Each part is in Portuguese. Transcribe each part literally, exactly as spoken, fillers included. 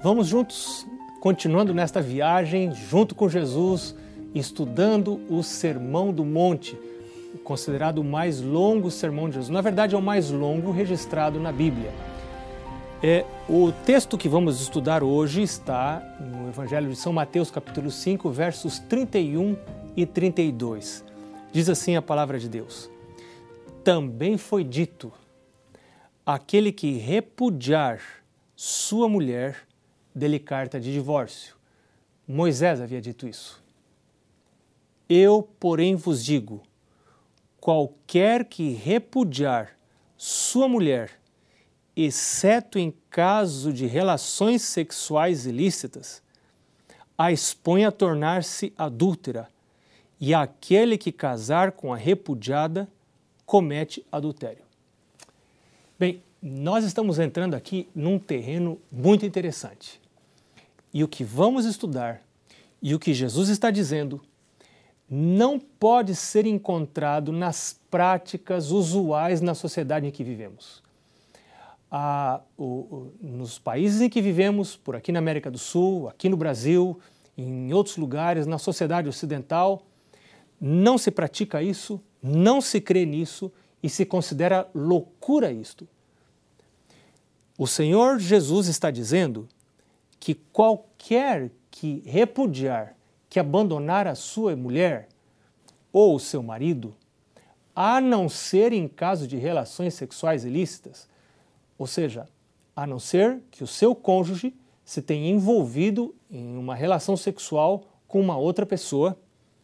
Vamos juntos, continuando nesta viagem, junto com Jesus, estudando o Sermão do Monte, considerado o mais longo sermão de Jesus. Na verdade, é o mais longo registrado na Bíblia. É, o texto que vamos estudar hoje está no Evangelho de São Mateus, capítulo cinco, versos trinta e um e trinta e dois. Diz assim a palavra de Deus: Também foi dito, aquele que repudiar sua mulher, dê-lhe carta de divórcio. Moisés havia dito isso. Eu, porém, vos digo, qualquer que repudiar sua mulher, exceto em caso de relações sexuais ilícitas, a expõe a tornar-se adúltera, e aquele que casar com a repudiada comete adultério. Bem, nós estamos entrando aqui num terreno muito interessante. E o que vamos estudar e o que Jesus está dizendo não pode ser encontrado nas práticas usuais na sociedade em que vivemos. Ah, o, o, nos países em que vivemos, por aqui na América do Sul, aqui no Brasil, em outros lugares, na sociedade ocidental, não se pratica isso, não se crê nisso e se considera loucura isto. O Senhor Jesus está dizendo que qualquer que repudiar, que abandonar a sua mulher ou o seu marido, a não ser em caso de relações sexuais ilícitas, ou seja, a não ser que o seu cônjuge se tenha envolvido em uma relação sexual com uma outra pessoa,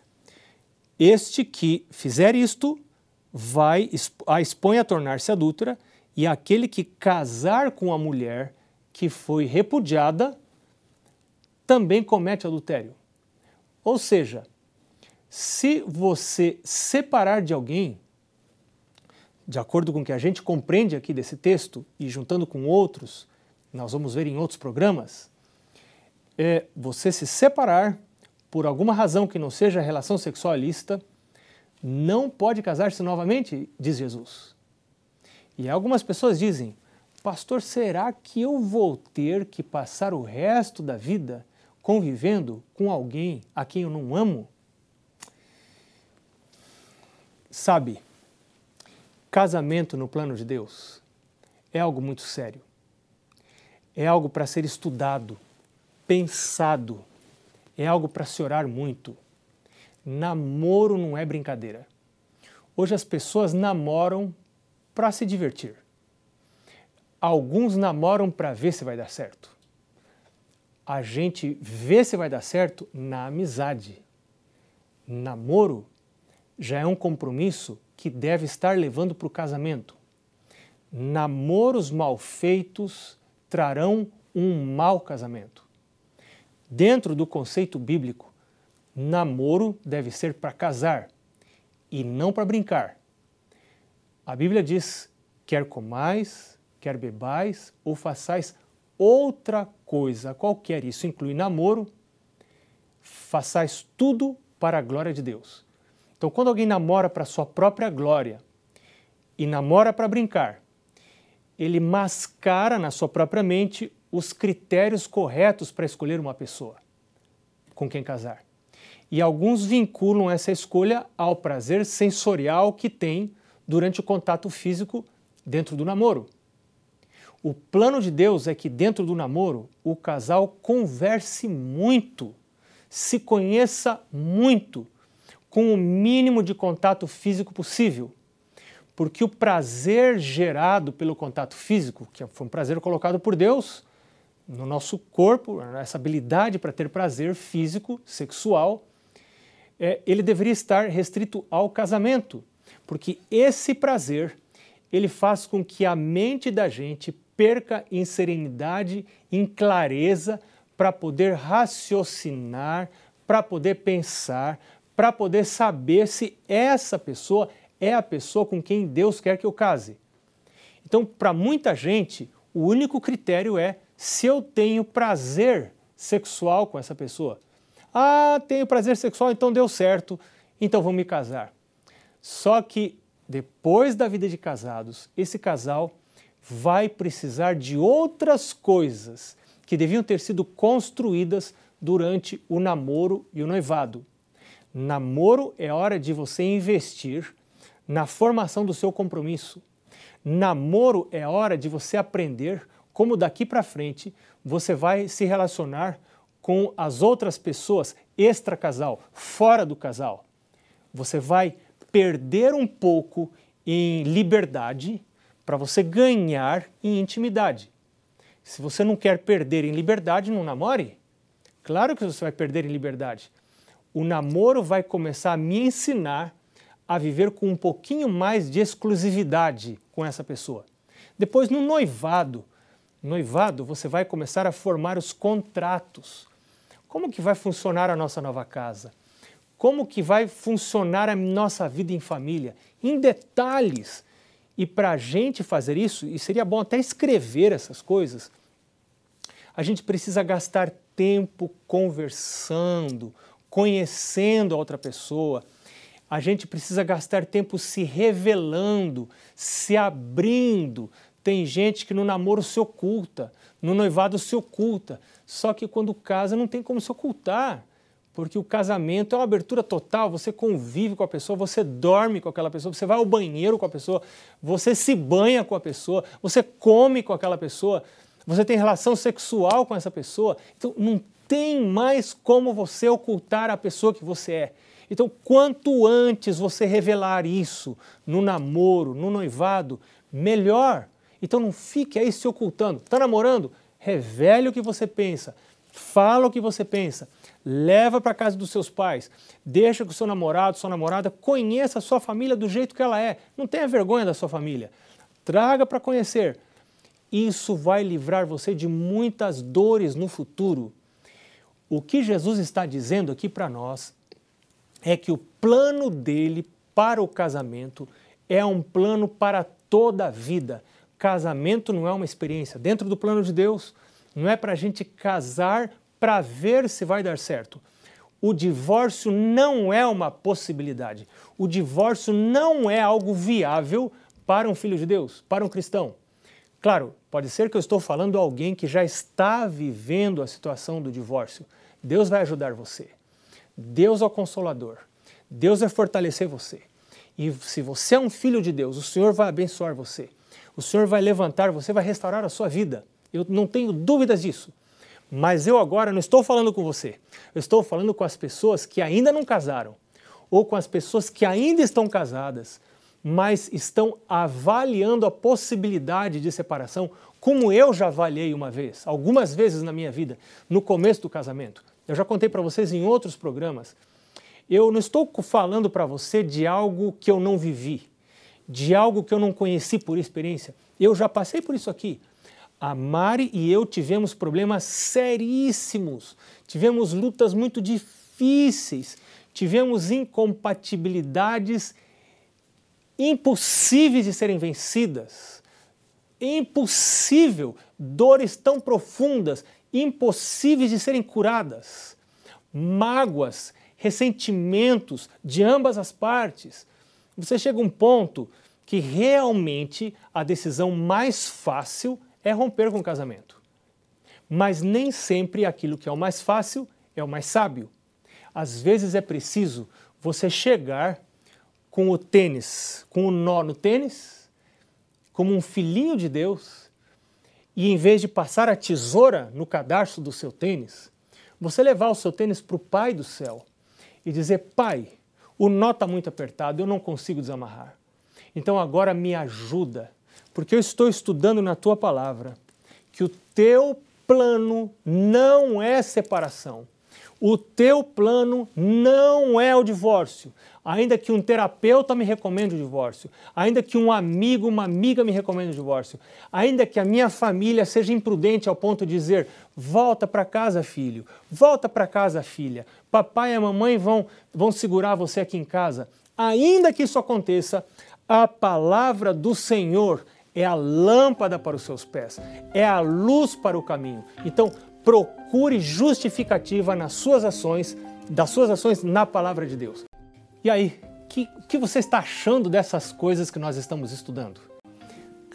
este que fizer isto vai a expõe a tornar-se adúltera, e aquele que casar com a mulher que foi repudiada também comete adultério. Ou seja, se você separar de alguém, de acordo com o que a gente compreende aqui desse texto e juntando com outros, nós vamos ver em outros programas, é você se separar por alguma razão que não seja relação sexual ilícita, não pode casar-se novamente, diz Jesus. E algumas pessoas dizem, pastor, será que eu vou ter que passar o resto da vida convivendo com alguém a quem eu não amo? Sabe, casamento no plano de Deus é algo muito sério. É algo para ser estudado, pensado, é algo para se orar muito. Namoro não é brincadeira. Hoje as pessoas namoram para se divertir. Alguns namoram para ver se vai dar certo. A gente vê se vai dar certo na amizade. Namoro já é um compromisso que deve estar levando para o casamento. Namoros mal feitos trarão um mau casamento. Dentro do conceito bíblico, namoro deve ser para casar e não para brincar. A Bíblia diz, quer comais, quer bebais ou façais outra coisa qualquer, isso inclui namoro, façais tudo para a glória de Deus. Então, quando alguém namora para a sua própria glória e namora para brincar, ele mascara na sua própria mente os critérios corretos para escolher uma pessoa com quem casar. E alguns vinculam essa escolha ao prazer sensorial que tem durante o contato físico dentro do namoro. O plano de Deus é que dentro do namoro o casal converse muito, se conheça muito, com o mínimo de contato físico possível. Porque o prazer gerado pelo contato físico, que foi um prazer colocado por Deus no nosso corpo, essa habilidade para ter prazer físico, sexual, é, ele deveria estar restrito ao casamento. Porque esse prazer, ele faz com que a mente da gente perca em serenidade, em clareza, para poder raciocinar, para poder pensar, para poder saber se essa pessoa é a pessoa com quem Deus quer que eu case. Então, para muita gente, o único critério é se eu tenho prazer sexual com essa pessoa. Ah, tenho prazer sexual, então deu certo, então vamos me casar. Só que depois da vida de casados, esse casal vai precisar de outras coisas que deviam ter sido construídas durante o namoro e o noivado. Namoro é hora de você investir na formação do seu compromisso. Namoro é hora de você aprender como daqui para frente você vai se relacionar com as outras pessoas extra-casal, fora do casal. Você vai perder um pouco em liberdade para você ganhar em intimidade. Se você não quer perder em liberdade, não namore. Claro que você vai perder em liberdade. O namoro vai começar a me ensinar a viver com um pouquinho mais de exclusividade com essa pessoa. Depois, no noivado, noivado, você vai começar a formar os contratos. Como que vai funcionar a nossa nova casa? Como que vai funcionar a nossa vida em família? Em detalhes. E para a gente fazer isso, e seria bom até escrever essas coisas, a gente precisa gastar tempo conversando, conhecendo a outra pessoa. A gente precisa gastar tempo se revelando, se abrindo. Tem gente que no namoro se oculta, no noivado se oculta, só que quando casa não tem como se ocultar, porque o casamento é uma abertura total, você convive com a pessoa, você dorme com aquela pessoa, você vai ao banheiro com a pessoa, você se banha com a pessoa, você come com aquela pessoa, você tem relação sexual com essa pessoa, então não tem mais como você ocultar a pessoa que você é. Então, quanto antes você revelar isso no namoro, no noivado, melhor. Então não fique aí se ocultando. Está namorando? Revele o que você pensa, fala o que você pensa, leva para casa dos seus pais, deixa que o seu namorado, sua namorada conheça a sua família do jeito que ela é. Não tenha vergonha da sua família. Traga para conhecer. Isso vai livrar você de muitas dores no futuro. O que Jesus está dizendo aqui para nós é que o plano dele para o casamento é um plano para toda a vida. Casamento não é uma experiência dentro do plano de Deus, não é para a gente casar para ver se vai dar certo. O divórcio não é uma possibilidade. O divórcio não é algo viável para um filho de Deus, para um cristão. Claro, pode ser que eu estou falando a alguém que já está vivendo a situação do divórcio. Deus vai ajudar você. Deus é o Consolador. Deus vai fortalecer você. E se você é um filho de Deus, o Senhor vai abençoar você. O Senhor vai levantar você, vai restaurar a sua vida. Eu não tenho dúvidas disso. Mas eu agora não estou falando com você. Eu estou falando com as pessoas que ainda não casaram, ou com as pessoas que ainda estão casadas, mas estão avaliando a possibilidade de separação, como eu já avaliei uma vez, algumas vezes na minha vida, no começo do casamento. Eu já contei para vocês em outros programas. Eu não estou falando para você de algo que eu não vivi, de algo que eu não conheci por experiência. Eu já passei por isso aqui. A Mari e eu tivemos problemas seríssimos, tivemos lutas muito difíceis, tivemos incompatibilidades impossíveis de serem vencidas. Impossível, dores tão profundas, impossíveis de serem curadas. Mágoas, ressentimentos de ambas as partes. Você chega a um ponto que realmente a decisão mais fácil é romper com o casamento. Mas nem sempre aquilo que é o mais fácil é o mais sábio. Às vezes é preciso você chegar com o tênis, com o nó no tênis, como um filhinho de Deus, e em vez de passar a tesoura no cadarço do seu tênis, você levar o seu tênis para o Pai do céu e dizer: Pai, o nó está muito apertado, eu não consigo desamarrar. Então agora me ajuda, porque eu estou estudando na Tua Palavra que o Teu plano não é separação. O Teu plano não é o divórcio. Ainda que um terapeuta me recomende o divórcio, ainda que um amigo, uma amiga me recomende o divórcio, ainda que a minha família seja imprudente ao ponto de dizer: volta para casa, filho, volta para casa, filha, papai e a mamãe vão, vão segurar você aqui em casa. Ainda que isso aconteça, a palavra do Senhor é a lâmpada para os seus pés, é a luz para o caminho. Então, procure justificativa nas suas ações, das suas ações na palavra de Deus. E aí, o que, que você está achando dessas coisas que nós estamos estudando?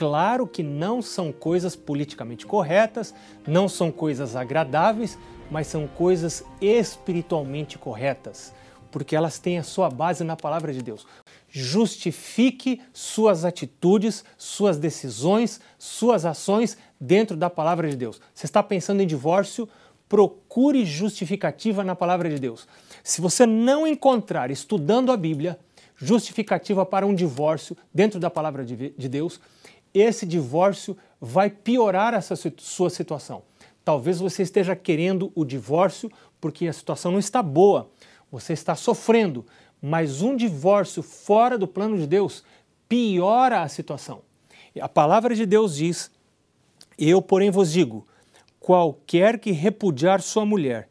claro que não são coisas politicamente corretas, não são coisas agradáveis, mas são coisas espiritualmente corretas, porque elas têm a sua base na palavra de Deus. Justifique suas atitudes, suas decisões, suas ações dentro da palavra de Deus. Você está pensando em divórcio? Procure justificativa na palavra de Deus. Se você não encontrar, estudando a Bíblia, justificativa para um divórcio dentro da palavra de Deus, esse divórcio vai piorar essa sua situação. Talvez você esteja querendo o divórcio porque a situação não está boa, você está sofrendo, mas um divórcio fora do plano de Deus piora a situação. A palavra de Deus diz: eu, porém, vos digo, qualquer que repudiar sua mulher,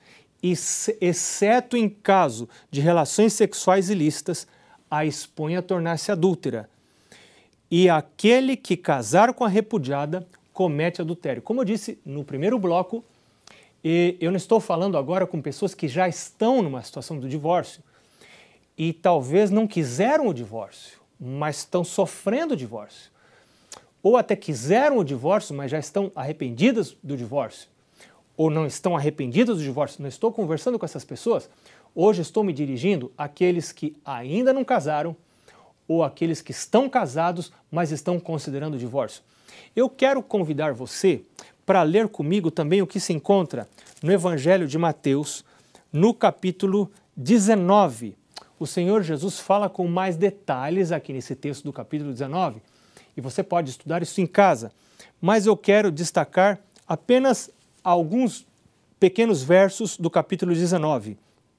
exceto em caso de relações sexuais ilícitas, a expõe a tornar-se adúltera. E aquele que casar com a repudiada comete adultério. Como eu disse no primeiro bloco, eu não estou falando agora com pessoas que já estão numa situação do divórcio e talvez não quiseram o divórcio, mas estão sofrendo o divórcio. Ou até quiseram o divórcio, mas já estão arrependidas do divórcio. Ou não estão arrependidas do divórcio. Não estou conversando com essas pessoas. Hoje estou me dirigindo àqueles que ainda não casaram ou àqueles que estão casados, mas estão considerando o divórcio. Eu quero convidar você para ler comigo também o que se encontra no Evangelho de Mateus, no capítulo dezenove. O Senhor Jesus fala com mais detalhes aqui nesse texto do capítulo dezenove, e você pode estudar isso em casa, mas eu quero destacar apenas alguns pequenos versos do capítulo dezenove.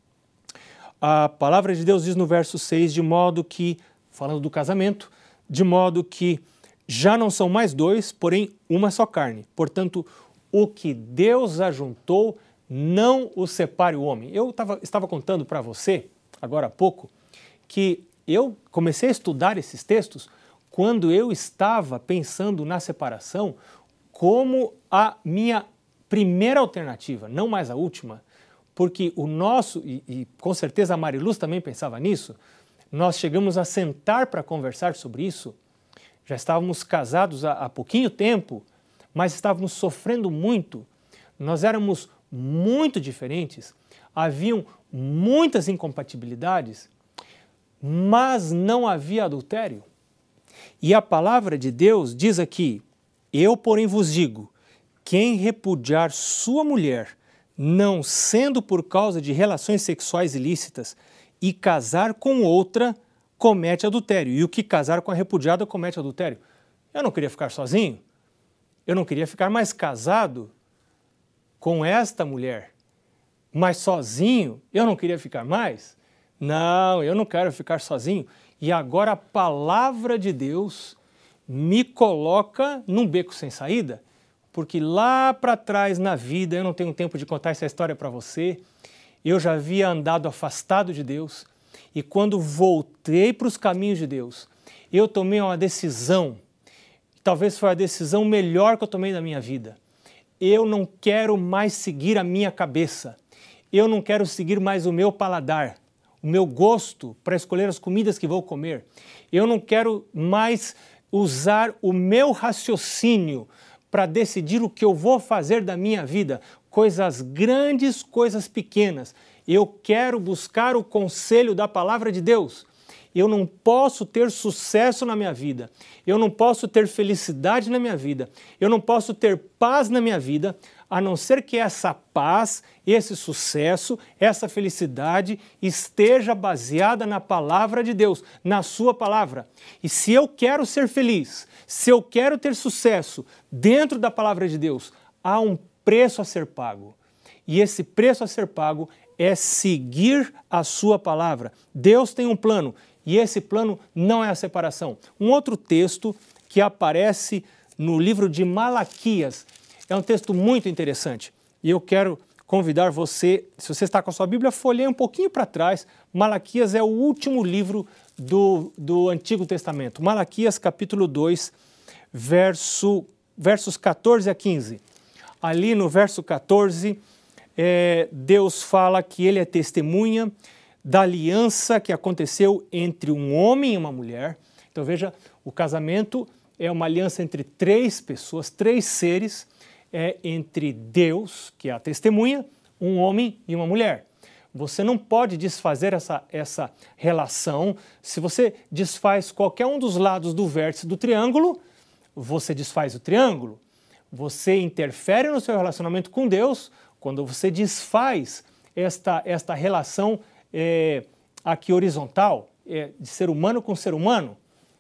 A palavra de Deus diz no verso seis, de modo que, falando do casamento, de modo que já não são mais dois, porém uma só carne. Portanto, o que Deus ajuntou, não o separe o homem. Eu tava, estava contando para você, agora há pouco, que eu comecei a estudar esses textos quando eu estava pensando na separação como a minha primeira alternativa, não mais a última, porque o nosso, e, e com certeza a Mariluz também pensava nisso, nós chegamos a sentar para conversar sobre isso, já estávamos casados há, há pouquinho tempo, mas estávamos sofrendo muito, nós éramos muito diferentes, haviam muitas incompatibilidades, mas não havia adultério. E a palavra de Deus diz aqui: eu, porém, vos digo, quem repudiar sua mulher, não sendo por causa de relações sexuais ilícitas, e casar com outra, comete adultério. E o que casar com a repudiada comete adultério. Eu não queria ficar sozinho. Eu não queria ficar mais casado com esta mulher. Mas sozinho, eu não queria ficar mais. Não, eu não quero ficar sozinho. E agora a palavra de Deus me coloca num beco sem saída. Porque lá para trás na vida, eu não tenho tempo de contar essa história para você, eu já havia andado afastado de Deus, e quando voltei para os caminhos de Deus, eu tomei uma decisão, talvez foi a decisão melhor que eu tomei na minha vida. Eu não quero mais seguir a minha cabeça, eu não quero seguir mais o meu paladar, o meu gosto para escolher as comidas que vou comer, eu não quero mais usar o meu raciocínio para decidir o que eu vou fazer da minha vida, coisas grandes, coisas pequenas. Eu quero buscar o conselho da palavra de Deus. Eu não posso ter sucesso na minha vida, eu não posso ter felicidade na minha vida, eu não posso ter paz na minha vida, a não ser que essa paz, esse sucesso, essa felicidade esteja baseada na palavra de Deus, na sua palavra. E se eu quero ser feliz, se eu quero ter sucesso dentro da palavra de Deus, há um preço a ser pago. E esse preço a ser pago é seguir a sua palavra. Deus tem um plano e esse plano não é a separação. Um outro texto que aparece no livro de Malaquias é um texto muito interessante e eu quero convidar você, se você está com a sua Bíblia, folheie um pouquinho para trás. Malaquias é o último livro do, do Antigo Testamento. Malaquias capítulo dois, verso, versos catorze a quinze. Ali no verso catorze, é, Deus fala que ele é testemunha da aliança que aconteceu entre um homem e uma mulher. Então veja, o casamento é uma aliança entre três pessoas, três seres, é entre Deus, que é a testemunha, um homem e uma mulher. Você não pode desfazer essa, essa relação. Se você desfaz qualquer um dos lados do vértice do triângulo, você desfaz o triângulo. Você interfere no seu relacionamento com Deus quando você desfaz esta, esta relação é, aqui horizontal, é, de ser humano com ser humano.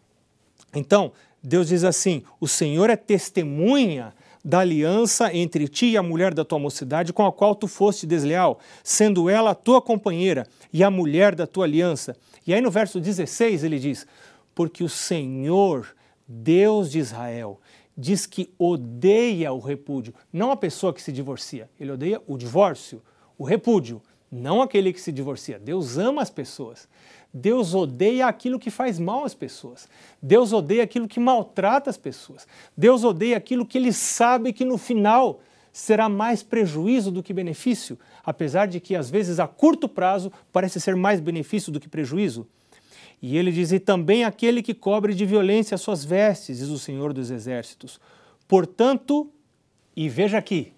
Então, Deus diz assim, o Senhor é testemunha da aliança entre ti e a mulher da tua mocidade, com a qual tu foste desleal, sendo ela a tua companheira e a mulher da tua aliança. E aí no verso dezesseis ele diz, porque o Senhor, Deus de Israel, diz que odeia o repúdio, não a pessoa que se divorcia, ele odeia o divórcio, o repúdio, não aquele que se divorcia. Deus ama as pessoas. Deus odeia aquilo que faz mal às pessoas. Deus odeia aquilo que maltrata as pessoas. Deus odeia aquilo que ele sabe que no final será mais prejuízo do que benefício, apesar de que às vezes a curto prazo parece ser mais benefício do que prejuízo. E ele diz, e também aquele que cobre de violência as suas vestes, diz o Senhor dos Exércitos. Portanto, e veja aqui,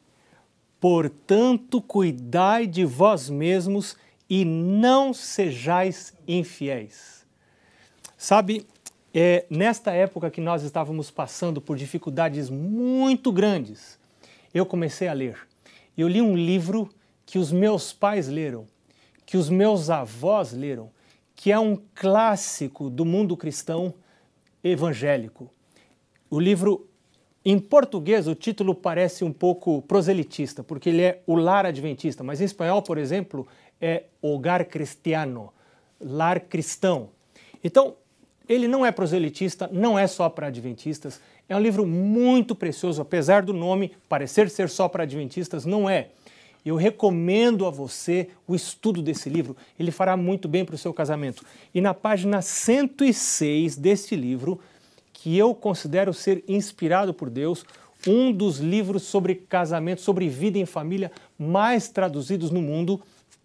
portanto cuidai de vós mesmos e não sejais infiéis. Sabe, é, nesta época que nós estávamos passando por dificuldades muito grandes, eu comecei a ler. Eu li um livro que os meus pais leram, que os meus avós leram, que é um clássico do mundo cristão evangélico. O livro, em português, o título parece um pouco proselitista, porque ele é O Lar Adventista, mas em espanhol, por exemplo, é Hogar Cristiano, Lar Cristão. Então, ele não é proselitista, não é só para adventistas, é um livro muito precioso, apesar do nome parecer ser só para adventistas, não é. Eu recomendo a você o estudo desse livro, ele fará muito bem para o seu casamento. E na página cento e seis deste livro, que eu considero ser inspirado por Deus, um dos livros sobre casamento, sobre vida em família mais traduzidos no mundo,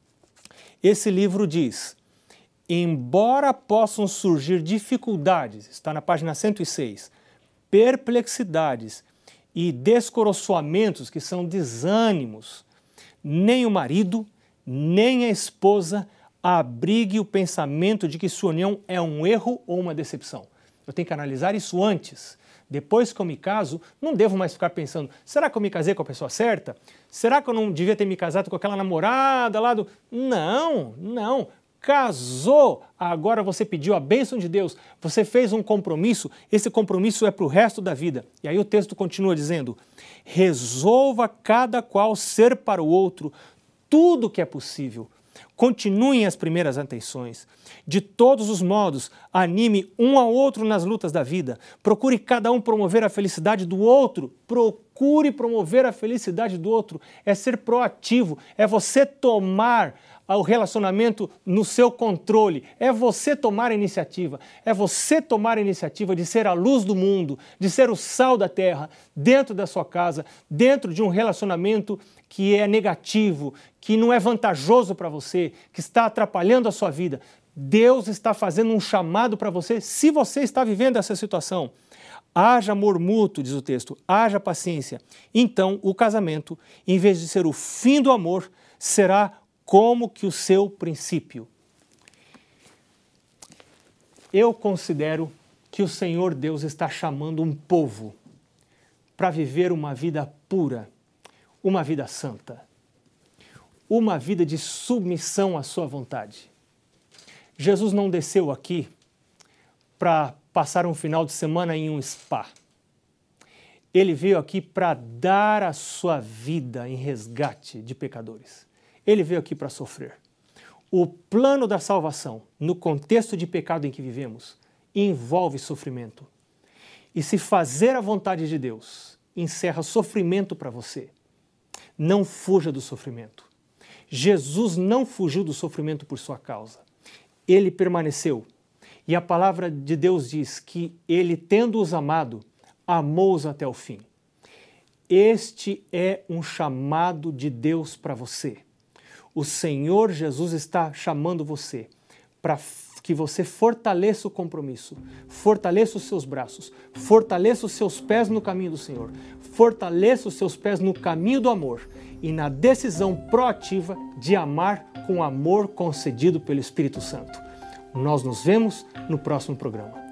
esse livro diz, embora possam surgir dificuldades, está na página cento e seis, perplexidades e descoroçoamentos, que são desânimos, nem o marido, nem a esposa abrigue o pensamento de que sua união é um erro ou uma decepção. Eu tenho que analisar isso antes. Depois que eu me caso, não devo mais ficar pensando, será que eu me casei com a pessoa certa? Será que eu não devia ter me casado com aquela namorada lá do... Não, não. Casou, agora você pediu a bênção de Deus, você fez um compromisso, esse compromisso é para o resto da vida. E aí o texto continua dizendo, resolva cada qual ser para o outro tudo que é possível. Continuem as primeiras atenções. De todos os modos, anime um ao outro nas lutas da vida. Procure cada um promover a felicidade do outro. Procure promover a felicidade do outro. É ser proativo, é você tomar o relacionamento no seu controle. É você tomar a iniciativa. É você tomar a iniciativa de ser a luz do mundo, de ser o sal da terra, dentro da sua casa, dentro de um relacionamento que é negativo, que não é vantajoso para você, que está atrapalhando a sua vida. Deus está fazendo um chamado para você, se você está vivendo essa situação. Haja amor mútuo, diz o texto, haja paciência. Então, o casamento, em vez de ser o fim do amor, será como que o seu princípio. Eu considero que o Senhor Deus está chamando um povo para viver uma vida pura, uma vida santa, uma vida de submissão à sua vontade. Jesus não desceu aqui para passar um final de semana em um spa. Ele veio aqui para dar a sua vida em resgate de pecadores. Ele veio aqui para sofrer. O plano da salvação, no contexto de pecado em que vivemos, envolve sofrimento. E se fazer a vontade de Deus encerra sofrimento para você, não fuja do sofrimento. Jesus não fugiu do sofrimento por sua causa. Ele permaneceu. E a palavra de Deus diz que ele, tendo-os amado, amou-os até o fim. Este é um chamado de Deus para você. O Senhor Jesus está chamando você para que você fortaleça o compromisso, fortaleça os seus braços, fortaleça os seus pés no caminho do Senhor, fortaleça os seus pés no caminho do amor e na decisão proativa de amar com o amor concedido pelo Espírito Santo. Nós nos vemos no próximo programa.